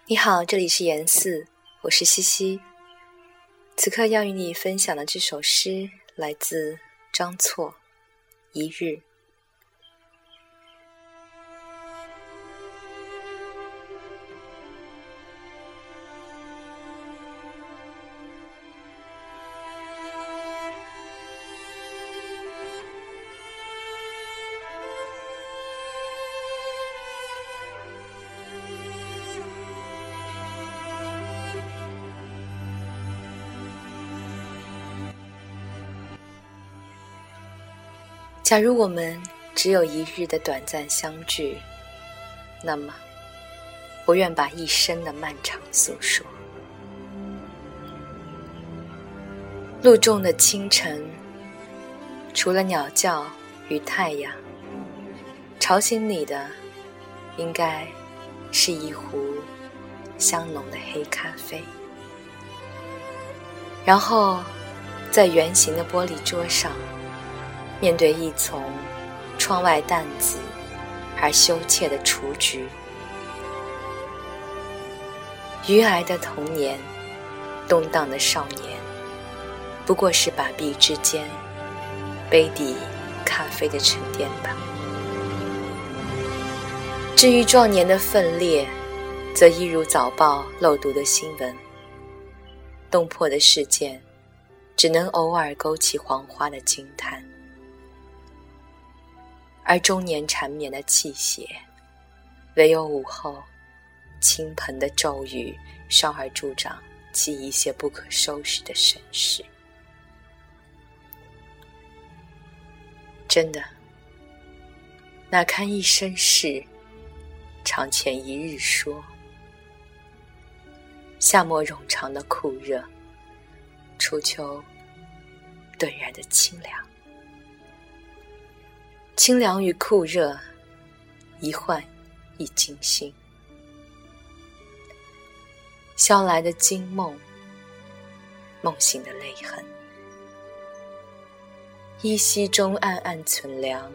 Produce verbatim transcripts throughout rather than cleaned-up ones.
你好，这里是言四，我是西西。此刻要与你分享的这首诗来自张错，一日。假如我们只有一日的短暂相聚，那么我愿把一生的漫长诉说。露重的清晨，除了鸟叫与太阳，吵醒你的应该是一壶香浓的黑咖啡。然后在圆形的玻璃桌上，面对一丛窗外淡紫而羞怯的雏菊，鱼癌的童年，动荡的少年，不过是把臂之间杯底咖啡的沉淀吧。至于壮年的奋烈，则一如早报漏读的新闻，动魄的事件只能偶尔勾起黄花的惊叹，而中年缠绵的气血，唯有午后倾盆的骤雨稍而助长其一些不可收拾的身世。真的，那堪一生事，长遣一日说。夏末冗长的酷热，初秋顿然的清凉。清凉与酷热，一幻一惊心。宵来的惊梦，梦醒的泪痕，依稀中暗暗存凉。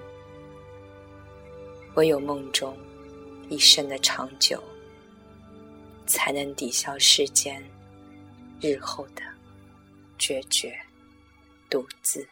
唯有梦中一生的长久，才能抵消世间日后的决绝独自。